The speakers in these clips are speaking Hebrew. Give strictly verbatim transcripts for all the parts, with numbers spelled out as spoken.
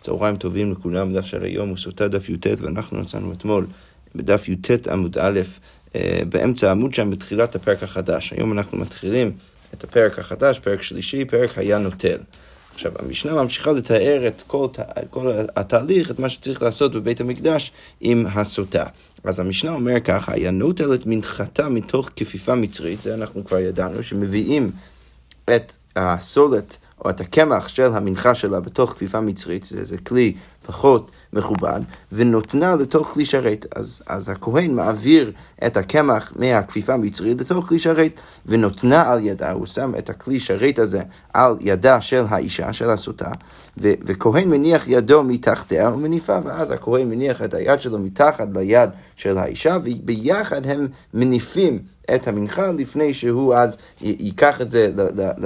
צהריים טובים לכולם, דף של היום הוא סוטה דף י"ט, ואנחנו נצאנו אתמול בדף י"ט עמוד א', באמצע העמוד שם בתחילת הפרק החדש. היום אנחנו מתחילים את הפרק החדש, פרק שלישי, פרק היה נוטל. עכשיו, המשנה ממשיכה לתאר את כל, כל התהליך, את מה שצריך לעשות בבית המקדש עם הסוטה. אז המשנה אומר ככה, היה נוטל את מנחתה מתוך כפיפה מצרית, זה אנחנו כבר ידענו, שמביאים את הסולת או את הקמח של המנחה שלה בתוך כפיפה מצרית, זה, זה כלי פחות מכובד, ונותנה לתוך כלי שרת. אז, אז הכהן מעביר את הקמח מהכפיפה המצרית לתוך כלי שרת, ונותנה על ידה, הוא שם את הכלי שרת הזה על ידה של האישה, של הסוטה, ו- וכהן מניח ידו מתחתיה ומניפה, ואז הכהן מניח את היד שלו מתחת ליד של האישה, וביחד הם מניפים את המנחה לפני שהוא אז ייקח את זה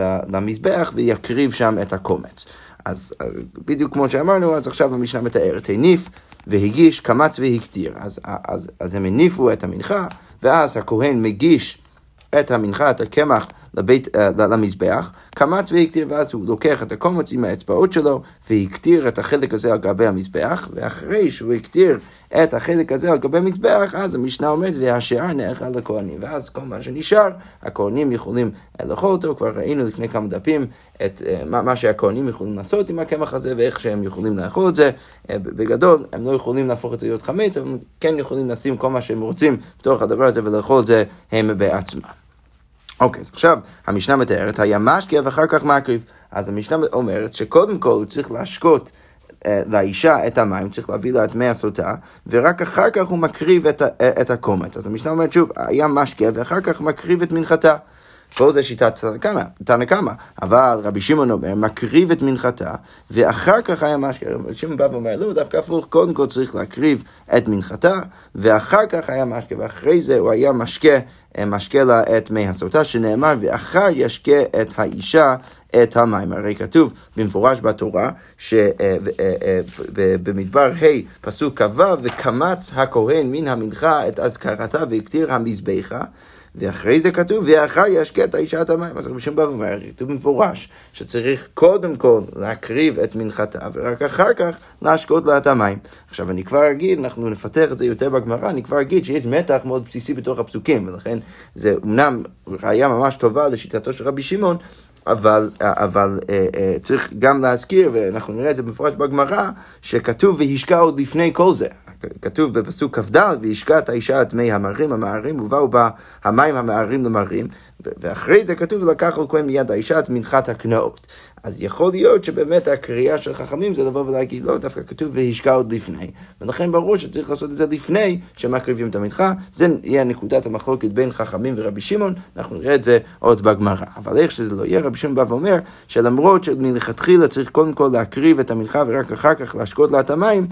למזבח ויקריב שם את הקומץ. אז בדיוק כמו שאמרנו, אז עכשיו המשנה מתארת, הניף והגיש, קמץ והקטיר. אז, אז, אז הם הניפו את המנחה, ואז הכהן מגיש את המנחה, את הקמח לבית, למזבח, קמץ והקטיר, ואז הוא לוקח את הקומץ עם האצבעות שלו, והקטיר את החלק הזה על גבי המזבח, ואחרי שהוא הקטיר את החלק הזה על גבי המזבח, אז המשנה אומרת, והשאר נאכל לכהנים, ואז כל מה שנשאר, הכהנים יכולים לאכול אותו. כבר ראינו לפני כמה דפים את מה, מה שהכהנים יכולים לעשות עם הקמח הזה, ואיך שהם יכולים לאכול את זה. בגדול, הם לא יכולים להפוך את זה להיות חמץ, אבל כן יכולים לשים כל מה שהם רוצים בתוך הדבר הזה, ולאכול את זה הם בעצמם. אוקיי, אז עכשיו המשנה מתארת, היה משקה ואחר כך מקריב. אז המשנה אומרת שקודם כל הוא צריך להשקות לאישה את המים, צריך להביא לה את מי הסוטה, ורק אחר כך הוא מקריב את, את הקומץ. אז המשנה אומרת שוב, היה משקה ואחר כך מקריב את מנחתה. כל זה שיטת תנא קמא, אבל רבי שמעון אומר, מקריב את מנחתה, ואחר כך היה משקה. רבי שמעון בא ואומר, לא, דווקא הפוך, קודם כל צריך להקריב את מנחתה, ואחר כך היה משקה, ואחרי זה הוא היה משקה, משקה לה את מי הסוטה, שנאמר, ואחר ישקה את האישה את המים. הרי כתוב במפורש בתורה, שבמדבר ה' פסוק כ"ו, וקמץ הכהן מן המנחה את אזכרתה והקטיר המזבחה, ואחרי זה כתוב, ואחר ישקה את האישה את המים. אז רבי שמעון בא ואומר, כתוב במפורש, שצריך קודם כל להקריב את מנחתה, ורק אחר כך להשקות לה את המים. עכשיו אני כבר אגיד, אנחנו נפתח את זה יותר בגמרא, אני כבר אגיד שיש מתח מאוד בסיסי בתוך הפסוקים, ולכן זה אומנם ראיה ממש טובה לשיטתו של רבי שמעון, אבל, אבל אה, אה, צריך גם להזכיר, ואנחנו נראה את זה במפורש בגמרא, שכתוב והשקע עוד לפני כל זה. כתוב בפסוק כ"ד, והשקע את האישה את מי המרים המערים, ובאו בה המים המערים למרים, ואחרי זה כתוב, ולקח על כהן מיד האישה את מנחת הקנאות. אז יכול להיות שבאמת הקריאה של חכמים זה לבוא ולהגיד, לא, דווקא כתוב והשקע עוד לפני, ולכן ברור שצריך לעשות את זה לפני שמקריבים את המנחה. זה יהיה נקודת המחלוקת בין חכמים ורבי שמעון, אנחנו נראה את זה עוד בגמרא. אבל איך שזה לא יהיה, רבי שמעון בא ואומר, שלמרות שמלכתחילה צריך קודם כל להקריב את המנחה ורק אחר כך להשקות לה את המים,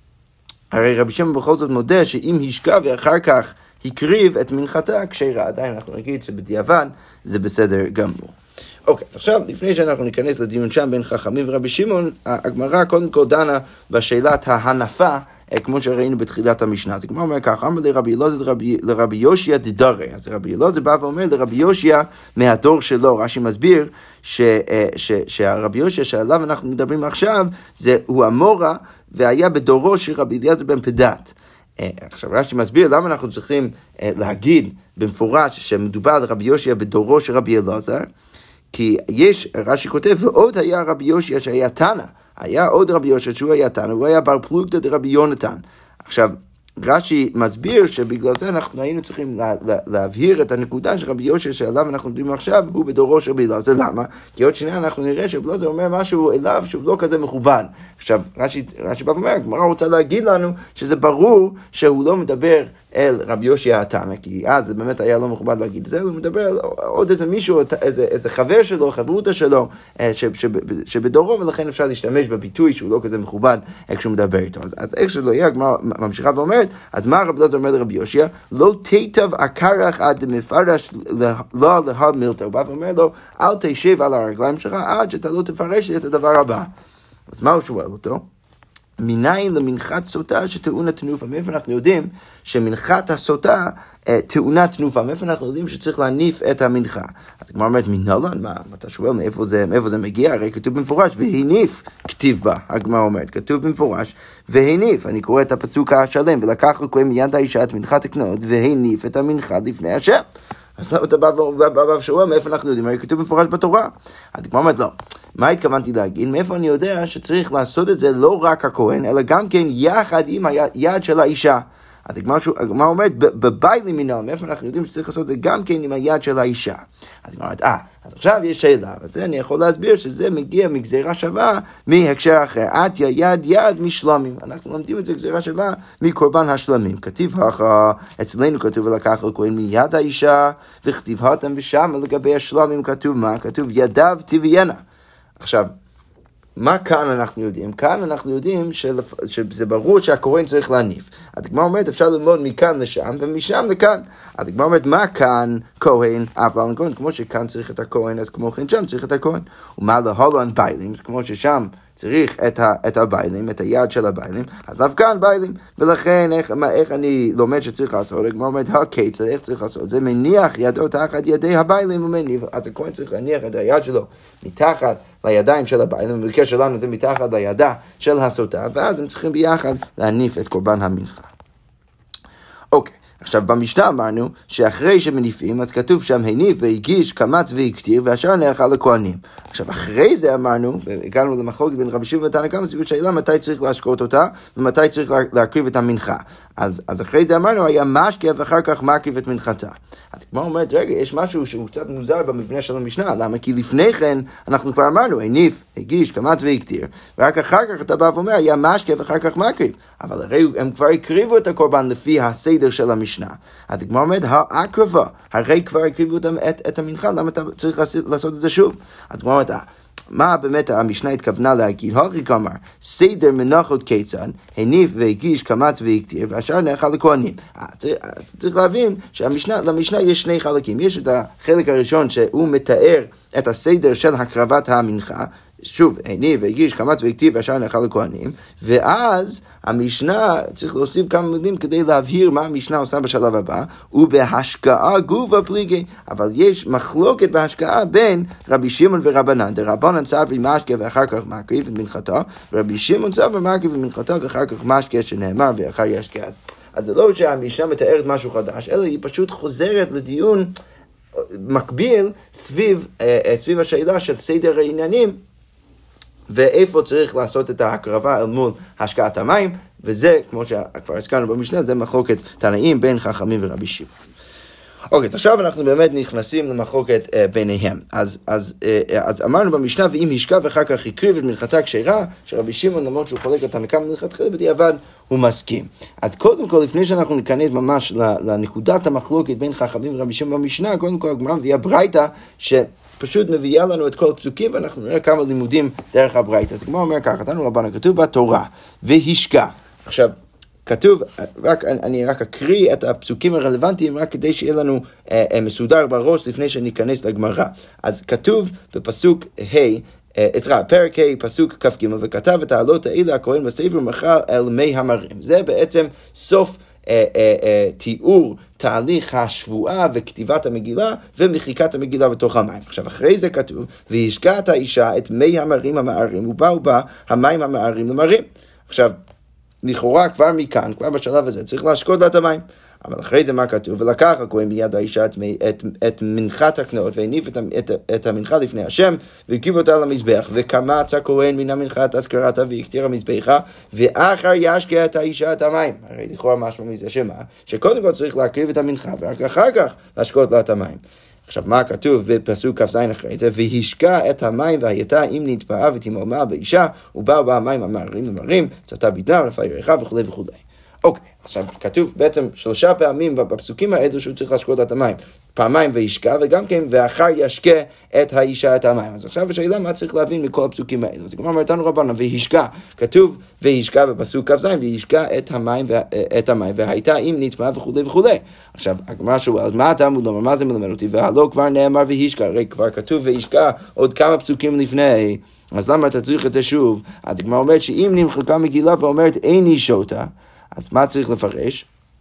הרי רבי שמעון בכל זאת מודה שאם השקע ואחר כך הקריב את מנחתה כשרה, עדיין אנחנו נגיד שבדיעבד זה בסדר גמור. אוקיי, אז עכשיו, לפני שאנחנו ניכנס לדיון שם בין חכמים ורבי שמעון, הגמרא קודם כל דנה בשאלת ההנפה, כמו שראינו בתחילת המשנה. אז הגמרא אומר כך, אמר לרבי אלעזר לרבי יושע דדרי. אז רבי אלעזר בא ואומר לרבי יושע מהדור שלו. רש"י מסביר ש, ש, שהרבי יושע שעליו אנחנו מדברים עכשיו, זה הוא המורה, והיה בדורו של רבי אליעזר בן פדת. עכשיו רש"י מסביר למה אנחנו צריכים להגיד במפורש שמדובר על רבי יושע בדורו של רבי אלעזר, כי יש, רש"י כותב, ועוד היה רבי יושע שהיה תנא, היה עוד רבי יושע שהוא היה תנא, הוא היה בר פלוגתא דרבי יונתן. עכשיו, רש"י מסביר שבגלל זה אנחנו היינו צריכים לה, לה, להבהיר את הנקודה של רבי יושע שעליו אנחנו מדברים עכשיו, הוא בדורו של רבי אלעזר. למה? כי עוד שנייה אנחנו נראה שרבי אלעזר אומר משהו אליו שהוא לא כזה מכובד. עכשיו, רש"י, רש"י בא ואומר, הגמרא רוצה להגיד לנו שזה ברור שהוא לא מדבר אל רבי יושע התנא, כי אז זה באמת היה לא מכובד להגיד את זה, הוא מדבר על עוד איזה מישהו, איזה, איזה חבר שלו, חברותא שלו, ש, ש, שבדורו, ולכן אפשר להשתמש בביטוי שהוא לא כזה מכובד כשהוא מדבר איתו. אז, אז איך שלא יהיה, הגמרא ממשיכה ואומרת, אז מה רבי אלעזר אומר לרבי יושע? לא תיטב הקרח עד מפרש לא להב מילתא. הוא בא ואומר לו, אל תשב על הרגליים שלך עד שאתה לא תפרש את הדבר הבא. אז מה הוא שואל אותו? מניין למנחת סוטה שטעונה תנופה? מאיפה אנחנו יודעים שמנחת הסוטה טעונה תנופה? מאיפה אנחנו יודעים שצריך להניף את המנחה? אז הגמרא אומרת, מנהלן, מה אתה שואל, מאיפה זה, מאיפה זה מגיע? הרי כתוב במפורש, והניף כתיב בה. הגמרא אומרת, כתוב במפורש, והניף. אני קורא את הפסוק השלם, ולקח הכהן מיד האישה את מנחת הקנאות, והניף את המנחה לפני השם. אז אתה בא ושואל, מאיפה אנחנו יודעים? הרי כתוב במפורש בתורה. אז הגמרא אומרת, לא. מה התכוונתי להגיד? מאיפה אני יודע שצריך לעשות את זה לא רק הכהן, אלא גם כן יחד עם היד של האישה. אז הגמרא אומרת, בביילים מנהל, מאיפה אנחנו יודעים שצריך לעשות את זה גם כן עם היד של האישה. אז הגמרא אומרת, אה, אז עכשיו יש שאלה, וזה אני יכול להסביר שזה מגיע מגזירה שווה מהקשר אחר. עטיה יד יד משלמים. אנחנו לומדים את זה גזירה שווה מקורבן השלמים. כתיב הכה, אצלנו כתוב ולקח הכהן מיד האישה, וכתיב התם ושם, לגבי השלמים כתוב מה? כתוב ידיו תביינה. עכשיו, מה כאן אנחנו יודעים? כאן אנחנו יודעים שלפ... שזה ברור שהכהן צריך להניף. הדגמר אומרת, אפשר ללמוד מכאן לשם ומשם לכאן. הדגמר אומרת, מה כאן כהן אף לא לכהן? כמו שכאן צריך את הכהן, אז כמו כן שם צריך את הכהן. ומה להולן ביילים? כמו ששם צריך את, ה... את הביילים, את היד של הביילים, אז אף כאן ביילים. ולכן, איך, מה, איך אני לומד שצריך לעשות? הדגמר אומרת, הקיצר, איך צריך לעשות? זה מניח ידו תחת ידי הביילים ומניף. אז הכהן צריך להניח את היד שלו מתחת לידיים של הביילים, ובקשר שלנו זה מתחת לידה של הסוטה, ואז הם צריכים ביחד להניף את קורבן המנחה. אוקיי. עכשיו במשנה אמרנו שאחרי שמניפים אז כתוב שם הניף והגיש קמץ והקטיר והשאר נאכל לכהנים. עכשיו אחרי זה אמרנו, הגענו למחלוקת בין רבי שמעון ותנא קמא, סביב שאלה מתי צריך להשקות אותה ומתי צריך להקריב את המנחה. אז, אז אחרי זה אמרנו היה משקה ואחר כך מקריב את מנחתה. הגמרא אומרת, רגע, יש משהו שהוא קצת מוזר במבנה של המשנה. למה? כי לפני כן אנחנו כבר אמרנו הניף, הגיש, קמץ והקטיר, ורק אחר כך אתה בא ואומר היה משקה ואחר כך מקריב. אבל הרי הם כבר הקריבו את הקורבן לפי הסדר של המשנה. אז הגמרא אומרת, ההקרבה, הרי כבר הקריבו אותם את, את המנחה, למה אתה צריך לעשות את זה שוב? אז הגמרא אומרת, מה באמת המשנה התכוונה להגיד? הוכי כמר, סדר מנחות כיצד, הניף והגיש קמץ והקטיר, והשאר נאכל לכהנים. אתה צריך להבין שלמשנה יש שני חלקים. יש את החלק הראשון שהוא מתאר את הסדר של הקרבת המנחה, שוב, הניף והגיש קמץ והקטיר והשאר נאכל לכהנים, ואז המשנה צריך להוסיף כמה מילים כדי להבהיר מה המשנה עושה בשלב הבא, ובהשקעה גופה פליגי. אבל יש מחלוקת בהשקעה בין רבי שמעון ורבנן. דרבנן סברי משקה ואחר כך מקריב את מנחתו, ורבי שמעון סברי מקריב את מנחתו ואחר כך משקה שנאמר ואחר ישקה. אז זה לא שהמשנה מתארת משהו חדש, אלא היא פשוט חוזרת לדיון מקביל סביב, סביב השאלה של סדר העניינים, ואיפה צריך לעשות את ההקרבה אל מול השקעת המים, וזה, כמו שכבר הזכרנו במשנה, זה מחלוקת תנאים בין חכמים ורבי שמעון. אוקיי, עכשיו אנחנו באמת נכנסים למחלוקת uh, ביניהם. אז, אז, uh, אז אמרנו במשנה, ואם השקע ואחר כך הקריב את מנחתה כשרה, שרבי שמעון למרות שהוא חולק את הנקם מלכתחילה, בדיעבד הוא מסכים. אז קודם כל, לפני שאנחנו ניכנס ממש לנקודת המחלוקת בין חכמים ורבי שמעון במשנה, קודם כל הגמרא מביאה ברייתא, ש... פשוט מביאה לנו את כל הפסוקים, ואנחנו נראה כמה לימודים דרך הברייתא. אז כמו אומר ככה, תנו רבנן, כתוב בתורה, והשקע. עכשיו, כתוב, רק, אני רק אקריא את הפסוקים הרלוונטיים, רק כדי שיהיה לנו אה, אה, מסודר בראש, לפני שניכנס לגמרא. אז כתוב בפסוק ה', אתרא, פרק ה', פסוק כ"ג, וכתב את העלות האלה הכהן בספר ומכר אל מי המרים. זה בעצם סוף אה, אה, אה, תיאור תהליך השבועה וכתיבת המגילה ומחיקת המגילה בתוך המים. עכשיו אחרי זה כתוב, והשקעת האישה את מי המרים המערים, ובאו בה המים המערים למרים. עכשיו, לכאורה כבר מכאן, כבר בשלב הזה, צריך להשקות לה את המים. אבל אחרי זה מה כתוב? ולקח הכהן מיד האישה את, את, את מנחת הקנאות, והניף את, את, את המנחה לפני השם, והקיב אותה למזבח, וקמץ הכהן מן המנחת אזכרתה, והקטיר המזבחה, ואחר ישקה את האישה את המים. הרי לכאורה משמע מזה שמה? שקודם כל צריך להקריב את המנחה, ורק אחר כך להשקות לה את המים. עכשיו מה כתוב בפסוק כ"ז אחרי זה? והשקע את המים והייתה אם נתפעה ותמלמל באישה, ובאו בה המים המערים למרים, צאתה בדנה ורפאה ירחה וכו' וכו'. אוקיי, עכשיו כתוב בעצם שלושה פעמים בפסוקים האלו שהוא צריך להשקות את המים. פעמיים וישקע, וגם כן, ואחר ישקה את האישה את המים. אז עכשיו השאלה מה צריך להבין מכל הפסוקים האלו. אז כמו אמרתנו רבנו, וישקע, כתוב וישקע בפסוק כ"ז, וישקע את המים, את המים, והייתה אם נטמע וכולי וכולי. עכשיו, הגמרא שואלת, מה התלמוד לומר, מה זה מלמד אותי? והלא כבר נאמר וישקע, הרי כבר כתוב וישקע עוד כמה פסוקים לפני, אז למה אתה צריך את זה שוב? אז הגמרא אומרת שאם נמחקה מגילה ואומרת אין איש אותה, אז מה צריך לפרש?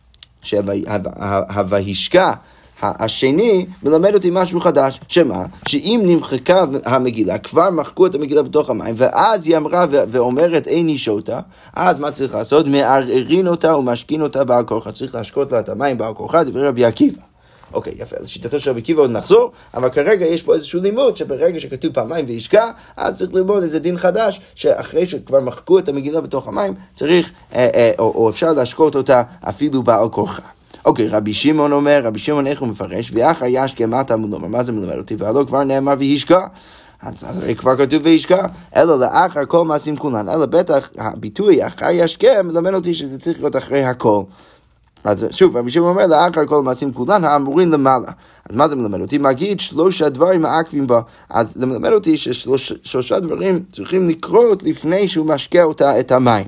שהווישקע השני מלמד אותי משהו חדש, שמה? שאם נמחקה המגילה, כבר מחקו את המגילה בתוך המים, ואז היא אמרה ואומרת אין איש אותה, אז מה צריך לעשות? מערערין אותה ומשכין אותה בעל כורחה, צריך להשקות לה את המים בעל כורחה, דברי רבי עקיבא. אוקיי, יפה, אז שיטתו של רבי עקיבא עוד נחזור, אבל כרגע יש פה איזשהו לימוד, שברגע שכתוב פעמיים וישקע, אז צריך ללמוד איזה דין חדש, שאחרי שכבר מחקו את המגילה בתוך המים, צריך, אה, אה, או, או אפשר להשקות אותה אפילו בעל כורחה. אוקיי, רבי שמעון אומר, רבי שמעון איך הוא מפרש, ואחר ישקע מה התלמוד לומר, מה זה מלמד אותי, והלא כבר נאמר וישקע, אז הרי כבר כתוב וישקע, אלא לאחר כל מעשים כולן, אלא בטח הביטוי אחר ישקע מלמד אותי שזה צריך להיות אחרי הכל. אז שוב, רבי שמעון אומר, לאחר כל מעשים כולן האמורים למעלה. אז מה זה מלמד אותי? מגיד שלושה דברים מעכבים בה. אז זה מלמד אותי ששלושה דברים צריכים לקרות לפני שהוא משקע אותה את המים.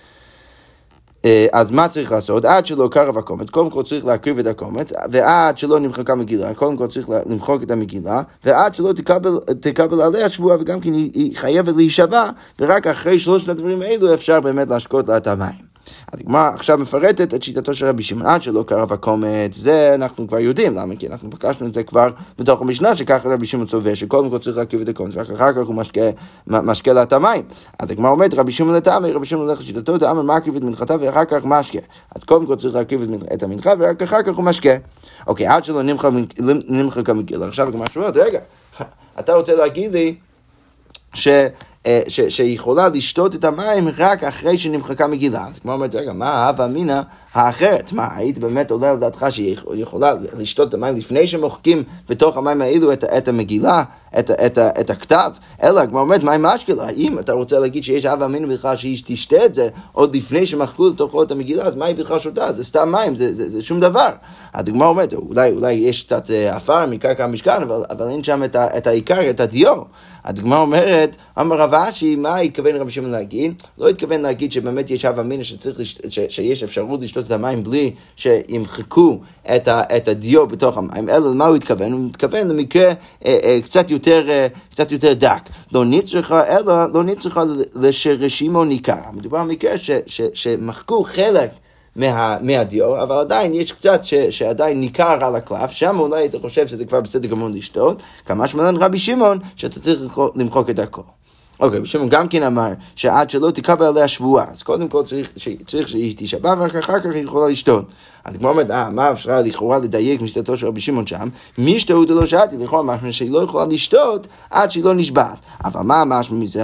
אז מה צריך לעשות? עד שלא קרב הקומץ, קודם כל צריך להקריב את הקומץ, ועד שלא נמחקה מגילה, קודם כל צריך למחוק את המגילה, ועד שלא תקבל, תקבל עליה שבועה, וגם כן היא חייבת להישבע, ורק אחרי שלושת הדברים האלו אפשר באמת להשקות לה את המים. הדגמרא עכשיו מפרטת את שיטתו של רבי שמעון, עד שלא קרב הקומץ, זה אנחנו כבר יודעים, למה? כי אנחנו בקשנו את זה כבר בתוך המשנה, שככה רבי שמעון צובע, שקודם כל צריך להקיף את הקומץ, ואחר כך הוא משקה, משקה לה את המים. אז הדגמרא אומרת, רבי שמעון לטעמי, רבי שמעון הולך לשיטתו, תאמר מקריב את מנחתה, ואחר כך משקה. אז קודם כל צריך להקיף את המנחה, ורק אחר כך הוא משקה. אוקיי, עד שלא נמחק המגילה. עכשיו הגמרא שואלת, רגע, אתה רוצה להגיד לי ש... ש, שיכולה לשתות את המים רק אחרי שנמחקה מגילה. אז כמו אומרת, רגע, מה ההווה אמינא האחרת? מה, היית באמת עולה על דעתך שהיא יכולה לשתות את המים לפני שמוחקים בתוך המים האלו את, את המגילה, את, את, את הכתב? אלא, כמו אומרת, מה עם אשכלה? אם אתה רוצה להגיד שיש ההווה אמינא בכלל שהיא תשתה את זה עוד לפני שמחקו לתוכו את המגילה, אז מה היא בכלל שותה? זה סתם מים, זה, זה, זה שום דבר. הדגמרא אומרת, אולי, אולי יש קצת עפר מקרקע המשכן, אבל, אבל אין שם את, ה, את העיקר, את הדיו. הדגמרא אומרת, אמר רב אשי, מה התכוון רבי שמעון להגיד? לא התכוון להגיד שבאמת יש הווה אמינא שצריך, ש, שיש אפשרות לשתות את המים בלי שימחקו את, ה, את הדיו בתוך המים, אלא למה הוא התכוון? הוא מתכוון למקרה אה, אה, קצת, יותר, אה, קצת יותר דק. לא נצריכה, אלא לא נצריכה לשרשימו ניכר. מדובר על מקרה ש, ש, שמחקו חלק מה, מהדיו, אבל עדיין יש קצת ש, שעדיין ניכר על הקלף, שם אולי אתה חושב שזה כבר בסדר גמור לשתות, כמה שמלן רבי שמעון שאתה צריך למחוק את הכל. אוקיי, רבי שמעון גם כן אמר שעד שלא תקבל עליה שבועה, אז קודם כל צריך, צריך שהיא תישבע, ואחר כך היא יכולה לשתות. אז כמו אומרת, אה, מה אפשר לכאורה לדייק משתתו של רבי שמעון שם? מי שתות לא שאלתי, לכאורה משהו שהיא לא יכולה לשתות עד שהיא לא נשבעת. אבל מה משהו מזה?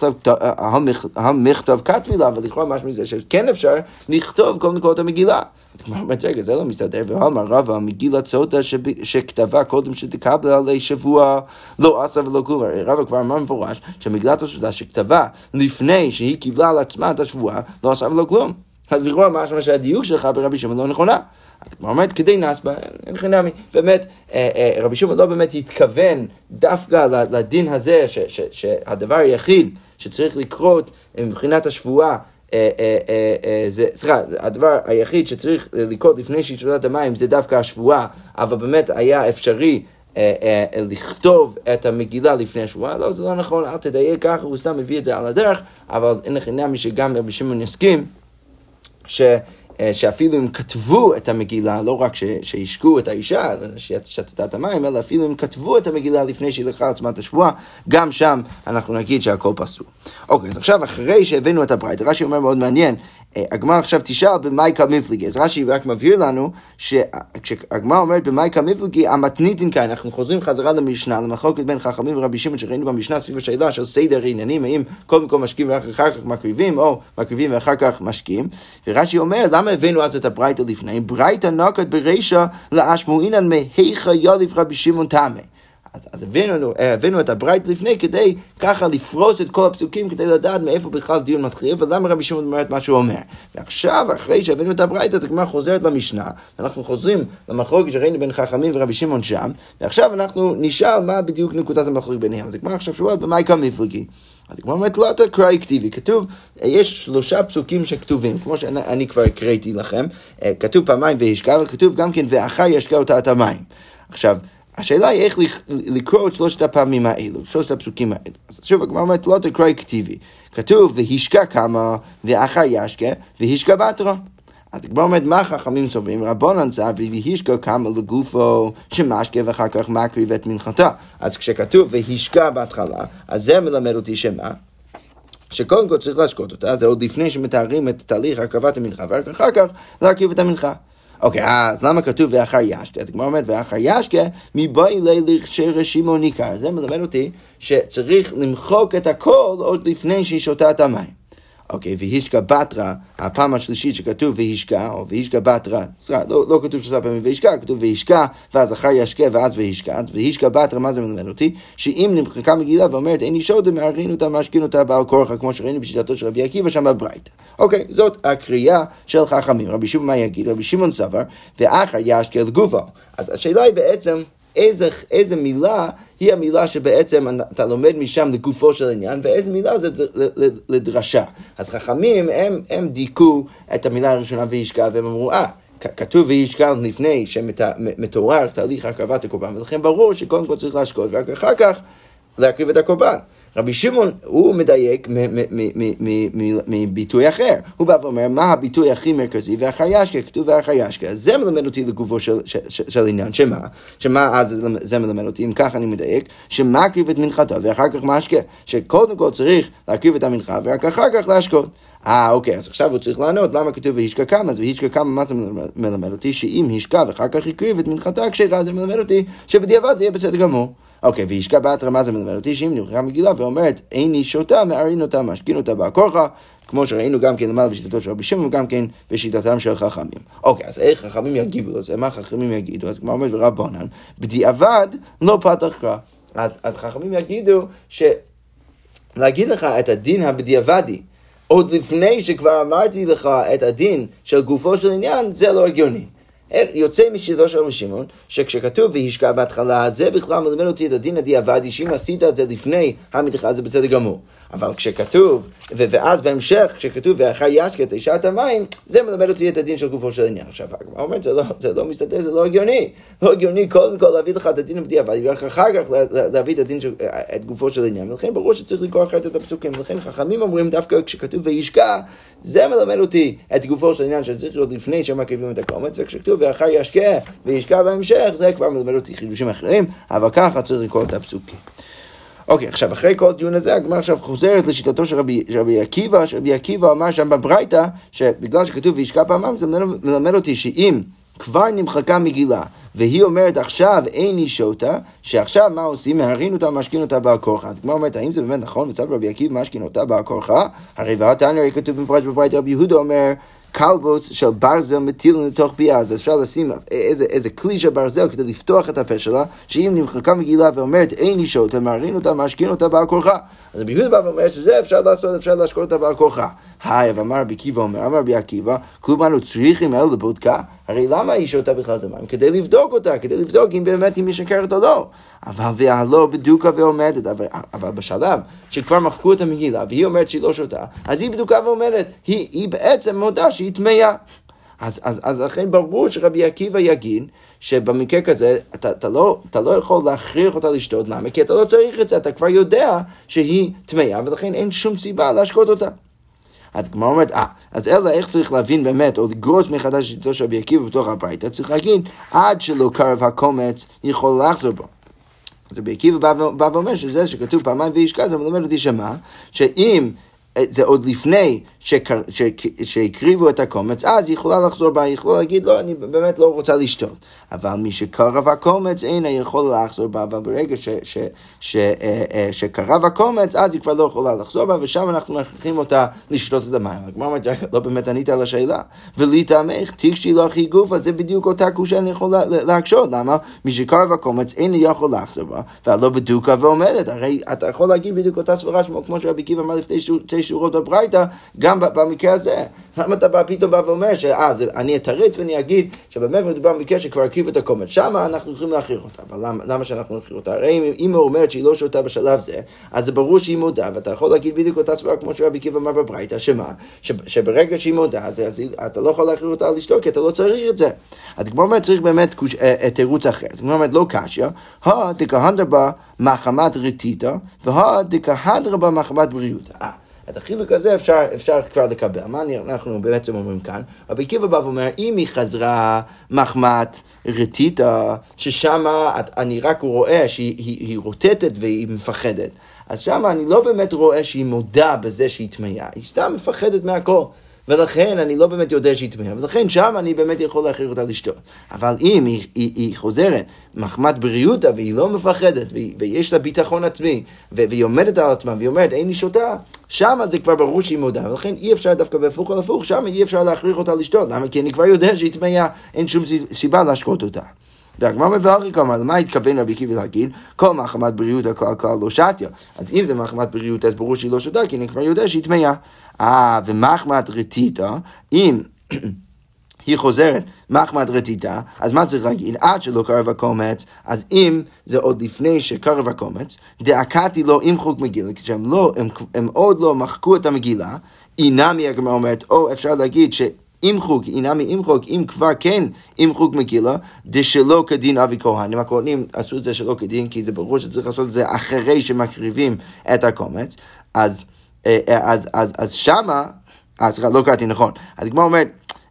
המכתב כתבי לה, אבל לכאורה משהו מזה שכן אפשר לכתוב קודם כל את המגילה. כמו אומרת, רגע, זה לא מסתדר, ואמר רבא, מגילת סוטה שכתבה קודם שתקבל עלי שבוע, לא עשה ולא כלום. רבא כבר אמר מפורש, שמגילת הסוטה שכתבה לפני שהיא קיבלה על עצמה את השבועה, לא עשה ולא כלום. אז לכאורה משהו שהדיוק שלך ברבי שמעון לא נכונה. כמו אומרת, כדי נסבה, אין חינמי, באמת, רבי שמעון לא באמת התכוון דווקא לדין הזה, שהדבר היחיד שצריך לקרות מבחינת השבועה, זה, סליחה, הדבר היחיד שצריך לקרות לפני שהיא שותה את המים זה דווקא השבועה, אבל באמת היה אפשרי לכתוב את המגילה לפני השבועה. לא, זה לא נכון, אל תדייק ככה, הוא סתם מביא את זה על הדרך, אבל אין חינמי שגם רבי שמעון יסכים ש... שאפילו הם כתבו את המגילה, לא רק שישקו את האישה, שתתה את המים, אלא אפילו הם כתבו את המגילה לפני שהיא לקחה עצמה את השבועה, גם שם אנחנו נגיד שהכל פסול. אוקיי, אז עכשיו אחרי שהבאנו את הברייתא, רש"י אומר מאוד מעניין, הגמרא עכשיו תשאל במייקה מפלגי, אז רש"י רק מבהיר לנו שהגמרא אומרת במייקה מפלגי, המתניתין כאן, אנחנו חוזרים חזרה למשנה, למחלוקת בין חכמים ורבי שמעון שראינו במשנה סביב השאלה של סדר עניינים, האם קודם כל משקים ואחר כך מקריבים, או מקריבים ואחר כך משקים, ורש"י אומר, למה הבאנו אז את הברייתא לפני? ברייתא נקט ברישא לאשמעינן מהיכא יוליב רבי שמעון תמי. אז, אז הבאנו, הבאנו את הברייתא לפני כדי ככה לפרוס את כל הפסוקים, כדי לדעת מאיפה בכלל דיון מתחיל, ולמה רבי שמעון אומר את מה שהוא אומר. ועכשיו, אחרי שהבאנו את הברייתא, הגמרא חוזרת למשנה, ואנחנו חוזרים למחלוקת שראינו בין חכמים ורבי שמעון שם, ועכשיו אנחנו נשאל מה בדיוק נקודת המחלוקת ביניהם. אז הגמרא עכשיו שואל, במה יקם מפלגי? אז הגמרא אומרת, לא תקרא כתיבי, כתוב, יש שלושה פסוקים שכתובים, כמו שאני כבר הקראתי לכם, כתוב פעמיים והשקע, וכתוב גם כן, ואחר ישקע אותה את המים. עכשיו, השאלה היא איך לקרוא את שלושת הפעמים האלו, שלושת הפסוקים האלו. אז שוב, הגמרא אומרת, לא תקרא כתיבי. כתוב, והשקע כמה, ואחר ישקע, והשקע בתרה. אז הגמרא אומרת, מה חכמים סוברים? רבנן סברי, והשקע כמה לגופו, שמשקע ואחר כך מקריב את מנחתה. אז כשכתוב, והשקע בהתחלה, אז זה מלמד אותי שמה? שקודם כל צריך להשקות אותה, זה עוד לפני שמתארים את תהליך הקרבת המנחה, ואחר כך להרכיב את המנחה. אוקיי, אז למה כתוב ואחר ישקה? אז כמו אומרת, ואחר ישקה, מבואי לרשימו ניכר. זה מלמד אותי שצריך למחוק את הכל עוד לפני שהיא שותה את המים. אוקיי, והשקע בתרה, הפעם השלישית שכתוב והשקע, או והשקע בתרה, לא, לא כתוב שלושה פעמים והשקע, כתוב והשקע, ואז אחר ישקה, ואז והשקע, והשקע בתרה, מה זה מלמד אותי? שאם נמחקה מגילה ואומרת, אין אישה ודה, מארגין אותה, משכין אותה בעל כורחה, כמו שראינו בשיטתו של רבי עקיבא שם בברייתא. אוקיי, זאת הקריאה של חכמים. רבי שמעון מה יגיד? רבי שמעון סבר, ואחר ישקה לגופו. אז השאלה היא בעצם, איזה, איזה מילה היא המילה שבעצם אתה לומד משם לגופו של עניין, ואיזה מילה זה לדרשה. אז חכמים, הם, הם דיכו את המילה הראשונה והשקע, והם אמרו, אה, כתוב והשקע לפני שמתואר תהליך הקרבת הקורבן, ולכן ברור שקודם כל צריך להשקות, ואחר כך להקריב את הקורבן. רבי שמעון הוא מדייק מביטוי אחר. הוא בא ואומר, מה הביטוי הכי מרכזי? ואחר ישקה, כתוב ואחר ישקה. זה מלמד אותי לגופו של, של, של, של עניין. שמה? שמה אז זה מלמד אותי? אם כך אני מדייק, שמקריב את מנחתו ואחר כך משקה. שקודם כל צריך להקריב את המנחה ורק אחר כך להשקות. אה, אוקיי, אז עכשיו הוא צריך לענות למה כתוב והשקע כמה, אז והשקע כמה, מה זה מלמד אותי? שאם השקע ואחר כך יקריב את מנחתה כשרה, זה מלמד אותי שבדיעבד זה יהיה בסדר גמור. אוקיי, והשקע בתרה, מה זה מלמד אותי? שאם נמחקה מגילה ואומרת, איני שותה, מארין אותה, משכין אותה בכורחה, כמו שראינו גם כן למעלה בשיטתו של רבי שמעון, וגם כן בשיטתם של חכמים. אוקיי, אז איך חכמים יגיבו לזה? מה חכמים יגידו? אז כמו אומר רבנן, בדיעבד לא פתח קרא. אז, אז חכמים יגידו שלהגיד לך את הדין הבדיעבדי, עוד לפני שכבר אמרתי לך את הדין של גופו של עניין, זה לא הגיוני. יוצא משיטתו של רבי שמעון, שכשכתוב והשקע בהתחלה, זה בכלל מלמד אותי את הדין הדיעבדי, שאם עשית את זה לפני המנחה, זה בסדר גמור. אבל כשכתוב, ו- ואז בהמשך, כשכתוב ואחר ישקה את אישת המים, זה מלמד אותי את הדין של גופו של עניין. עכשיו, הגמרא אומרת, זה לא, זה לא מסתדר, זה לא הגיוני. לא הגיוני קודם כל להביא לך את הדין הדיעבדי, ואחר כך להביא את הדין של, את גופו של עניין. ולכן ברור שצריך לקרוא אחרת את הפסוקים. ולכן חכמים אומרים דווקא כשכתוב והשקע, זה מלמד אותי את גופו של עניין שצריך להיות לפני שמקריבים את הקומץ, וכשכתוב ואחר ישקה וישקע בהמשך, זה כבר מלמד אותי חידושים אחרים, אבל ככה צריך לקרוא את הפסוקים. אוקיי, עכשיו אחרי כל דיון הזה, הגמרא עכשיו חוזרת לשיטתו של רבי, של רבי עקיבא, שרבי עקיבא אמר שם בברייתא, שבגלל שכתוב וישקע פעמיים, זה מלמד אותי שאם כבר נמחקה מגילה, והיא אומרת עכשיו אין אישה אותה, שעכשיו מה עושים? מהרין אותה, משכין אותה בעל כורחה. אז כמו אומרת, האם זה באמת נכון? וצו רבי עקיבא משכין אותה בעל כורחה? הרי והתניא הרי כתוב במפורש בברייתא, רבי יהודה אומר, כלבוס של ברזל מטיל לתוך פיה, אז אפשר לשים איזה, איזה כלי של ברזל כדי לפתוח את הפה שלה, שאם נמחקה מגילה ואומרת אין אישה אותה, מהרין אותה, משכין אותה בעל כורחה. אז רבי יהודה בא ואומר שזה אפשר לעשות, אפשר להשקות אותה בעל כורחה. היי, ואמר רבי עקיבא אומר, אמר רבי עקיבא, כלום אנו צריכים אלה לבודקה? הרי למה היא שותה בכלל את המים? כדי לבדוק אותה, כדי לבדוק אם באמת היא משקרת או לא. אבל והלא בדוקה ועומדת, אבל, אבל בשלב שכבר מחקו את המגילה, והיא אומרת שהיא לא שותה, אז היא בדוקה ועומדת, היא, היא בעצם מודה שהיא תמיה. אז, אז, אז לכן ברור שרבי עקיבא יגיד, שבמקרה כזה, אתה, אתה, לא, אתה לא יכול להכריח אותה לשתות, למה? כי אתה לא צריך את זה, אתה כבר יודע שהיא תמיה, ולכן אין שום סיבה להשקות אותה. אז כמו אומרת, אה, אז אלא איך צריך להבין באמת, או לגרוס מחדש שיטתו של רבי עקיבא בתוך הברייתא, צריך להגיד, עד שלא קרב הקומץ, יכול לחזור בו. אז רבי עקיבא בא ואומר שזה שכתוב פעמיים וישקע, זה מלמד אותי שמה, שאם זה עוד לפני שהקריבו את הקומץ, אז היא יכולה לחזור בה, היא יכולה להגיד, לא, אני באמת לא רוצה לשתות. אבל מי שקרב הקומץ, אינה יכולה לחזור בה, אבל ברגע ש, ש, ש, שקרב הקומץ, אז היא כבר לא יכולה לחזור בה, ושם אנחנו מכריחים אותה לשתות את המים. כמו אומרת, לא באמת ענית על השאלה. ולהתעמך, תיק שהיא לא הכי גוף, אז זה בדיוק אותה קושיה אני יכול להקשות. למה? מי שקרב הקומץ, אינה יכול לחזור בה, ולא בדוקה ועומדת. הרי אתה יכול להגיד בדיוק אותה סברה, כמו שרבי עקיבא אמר לפני שתי שורות בברייתא, גם במקרה הזה. למה אתה בא, פתאום בא ואומר שאה, אני אתרץ ואני אגיד שבאמת מדובר במקרה שכבר הקריב את הקומץ. שמה אנחנו יכולים להכריח אותה. אבל למה, למה שאנחנו נכריח אותה? הרי אם היא אומרת שהיא לא שותה בשלב זה, אז זה ברור שהיא מודה, ואתה יכול להגיד בדיוק אותה סברה, כמו שרבי עקיבא אמר בברייתא, שמה? שברגע שהיא מודה, אז, אז אתה לא יכול להכריח אותה לשתות, כי אתה לא צריך את זה. אז כמו אומרת, צריך באמת תירוץ אחר. אז כמו אומרת, לא קשיא, הא דקהנדר בה מחמת רטיתא, והא דקהנדר בה מחמת בריאותא. את החילוק הזה אפשר, אפשר כבר לקבל. מה אנחנו בעצם אומרים כאן? רבי עקיבא בא ואומר, אם היא חזרה מחמת רטיתא, ששמה אני רק רואה שהיא היא, היא רוטטת והיא מפחדת, אז שמה אני לא באמת רואה שהיא מודה בזה שהיא תמיה, היא סתם מפחדת מהכל. ולכן אני לא באמת יודע שהיא תמיה, ולכן שם אני באמת יכול להכריח אותה לשתות. אבל אם היא, היא, היא חוזרת מחמת בריאותה, והיא לא מפחדת, והיא, ויש לה ביטחון עצמי, והיא עומדת על עצמה, והיא אומרת, אין לי שותה, שם זה כבר ברור שהיא מודה, ולכן אי אפשר דווקא בהפוך על הפוך, שם אי אפשר להכריח אותה לשתות. למה? כי אני כבר יודע שהיא תמיה, אין שום סיבה להשקות אותה. והגמרא מבאריך אמר, למה התכוון רבי עקיבא להגיד? כל מחמת בריאותה כלל כלל לא שתיה. אז אם זה מחמת בריאותה, אז ברור שהיא לא שותה, כי אני כבר יודע שהיא תמיה. אה, ומחמת רטיתא, אם היא חוזרת מחמת רטיתא, אז מה צריך להגיד? עד שלא קרב הקומץ, אז אם זה עוד לפני שקרב הקומץ, דאקתי לו עם חוק מגילה, כשהם לא, הם, הם עוד לא מחקו את המגילה, אינמי הגמרא אומרת, או אפשר להגיד ש... עם חוק, אינמי עם חוק, אם כבר כן עם חוק מגילה, דשלא כדין אבי כהן. הכהנים עשו את זה שלא כדין, כי זה ברור שצריך לעשות את זה אחרי שמקריבים את הקומץ, אז, אז, אז, אז שמה, אז לא קראתי נכון, אז הגמרא אומרת,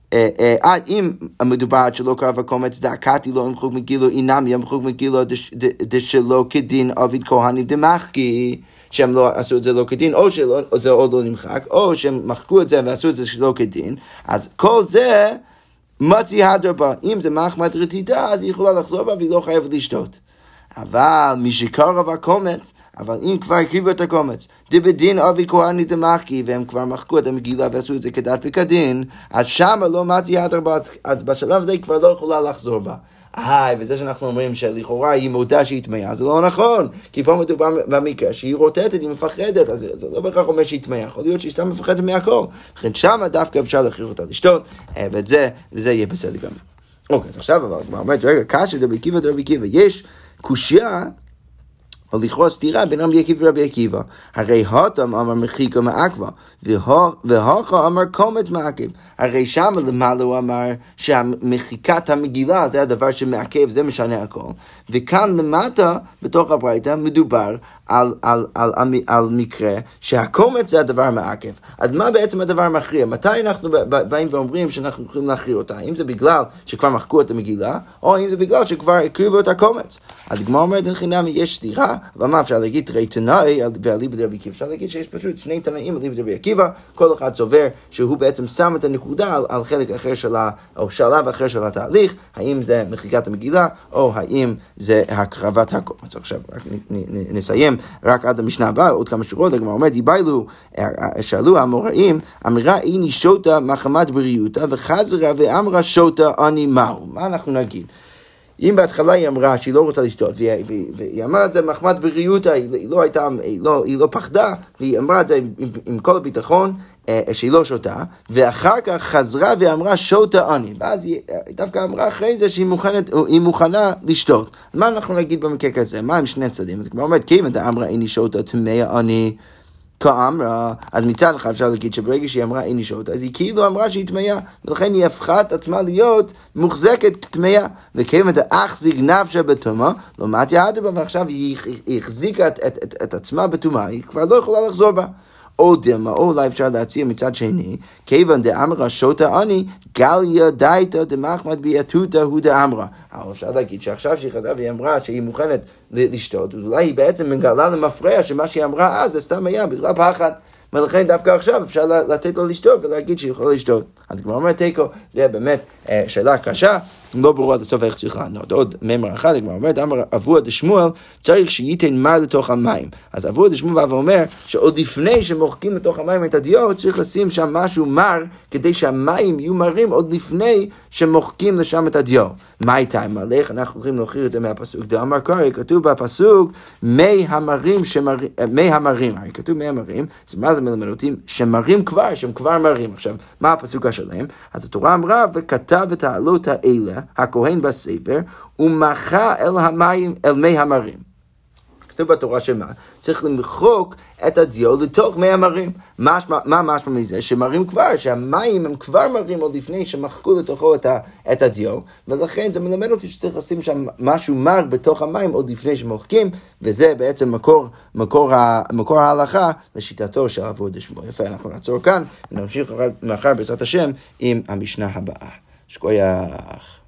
אם מדובר עד שלא קרב הקומץ, דאקתי לו עם חוק מגילה, אינמי עם חוק מגילה, דשלא כדין אבי כהנים דמחקי, שהם לא עשו את זה לא כדין, או שזה עוד לא נמחק, או שהם מחקו את זה ועשו את זה שלא כדין, אז כל זה מצי הדר בה. אם זה מחמת רטיתא, אז היא יכולה לחזור בה והיא לא חייבת לשתות. אבל מי שקרב הקומץ, אבל אם כבר הקריבו את הקומץ, דבדין אבי כהני דמחקי, והם כבר מחקו את המגילה ועשו את זה כדת וכדין, אז שם לא מצי הדר בה, אז בשלב הזה היא כבר לא יכולה לחזור בה. היי, וזה שאנחנו אומרים שלכאורה היא מודה שהיא תמיה, זה לא נכון, כי פה מדובר במקרה שהיא רוטטת, היא מפחדת, אז זה לא בהכרח אומר שהיא תמיה, יכול להיות שהיא סתם מפחדת מהכל, לכן שם דווקא אפשר להכריח אותה לשתות, ואת זה, וזה יהיה בסדר גם. אוקיי, עכשיו אבל, מה אומרת, רגע, קשה דרבי עקיבא דרבי עקיבא, יש קושיה, או לכאורה סתירה בין רבי עקיבא ורבי עקיבא, הרי הותם אמר מחיקה מעכבה, והוכה אמר קומץ מעכב, הרי שם למעלה הוא אמר שהמחיקת המגילה זה הדבר שמעכב, זה משנה הכל, וכאן למטה בתוך הברייתא מדובר על, על, על, על, על מקרה שהקומץ זה הדבר המעכב. אז מה בעצם הדבר המכריע? מתי אנחנו באים ואומרים שאנחנו יכולים להכריע אותה? אם זה בגלל שכבר מחקו את המגילה, או אם זה בגלל שכבר הקריבו את הקומץ. אז הגמרא אומרת לחינם יש סתירה, אבל מה אפשר להגיד? תראי תנאי ואליבא דרבי עקיבא. אפשר להגיד שיש פשוט שני תנאים אליבא דרבי עקיבא, כל אחד סובר שהוא בעצם שם את הנקודה על, על חלק אחר של ה, או שלב אחר של התהליך, האם זה מחיקת המגילה, או האם זה הקרבת הקומץ. עכשיו רק נ, נ, נסיים רק עד המשנה הבאה, עוד כמה שורות, הגמרא אומרת, דיבילו, שאלו המוראים, אמרה איני שוטה מחמת בריאותה, וחזרה ואמרה שוטה אני מהו. מה אנחנו נגיד? אם בהתחלה היא אמרה שהיא לא רוצה לשתות, והיא, והיא אמרה את זה מחמת בריאותה, היא לא הייתה, היא לא, היא לא פחדה, והיא אמרה את זה עם, עם, עם כל הביטחון, שהיא לא שותה, ואחר כך חזרה ואמרה שוטה אני, ואז היא דווקא אמרה אחרי זה שהיא מוכנת, היא מוכנה לשתות. מה אנחנו נגיד במקרה כזה? מה עם שני צדדים? אז כמו אומרת, כיוון דאמרה איני שוטה תמיה אני כאמרה, אז מצד אחד אפשר להגיד שברגע שהיא אמרה איני שוטה, אז היא כאילו אמרה שהיא תמיה, ולכן היא הפכה את עצמה להיות מוחזקת תמיה, וכיוון דאחזיק נפשה בתומה, לא מעטי הדבה, ועכשיו היא החזיקה את, את, את, את עצמה בתומה, היא כבר לא יכולה לחזור בה. או דמה, או אולי אפשר להציע מצד שני, כיוון דאמרה שוטה אני, גליה דייתא דמחמד ביאתותא הוא דאמרה. אבל אפשר להגיד שעכשיו שהיא חזרה והיא אמרה שהיא מוכנת לשתות, אולי היא בעצם מגלה למפרע שמה שהיא אמרה אז זה סתם היה בגלל פחד. ולכן דווקא עכשיו אפשר לתת לו לשתות ולהגיד שיכול לשתות. אז כבר אומר תיקו, זה באמת שאלה קשה, לא ברור עד הסוף איך צריך לענות. עוד מאמר אחד, כבר אומר, אמר אבוה דשמואל, צריך שייתן מר לתוך המים. אז אבוה דשמואל בא ואומר, שעוד לפני שמוחקים לתוך המים את הדיו, צריך לשים שם משהו מר, כדי שהמים יהיו מרים עוד לפני שמוחקים לשם את הדיו. מה איתה? מלך, אנחנו הולכים להוכיח את זה מהפסוק. דאמר קרעי, כתוב בפסוק, מי המרים שמרים, מי המרים, הרי כתוב מי המרים, אז מה זה מלמד אותי? שמרים כבר, שהם כבר מרים. עכשיו, מה הפסוק השלם? אז התורה אמרה, וכתב את העלות האלה, הכהן בספר, ומחה אל המים, אל מי המרים. כתוב בתורה שמה? צריך למחוק את הדיו לתוך מי המרים. מה, מה משמע מזה? שמרים כבר, שהמים הם כבר מרים עוד לפני שמחקו לתוכו את, ה, את הדיו, ולכן זה מלמד אותי שצריך לשים שם משהו מר בתוך המים עוד לפני שמוחקים, וזה בעצם מקור, מקור, ה, מקור ההלכה לשיטתו של אבוה דשמואל. יפה, אנחנו נעצור כאן, ונמשיך מחר בעזרת השם עם המשנה הבאה. שקוייך.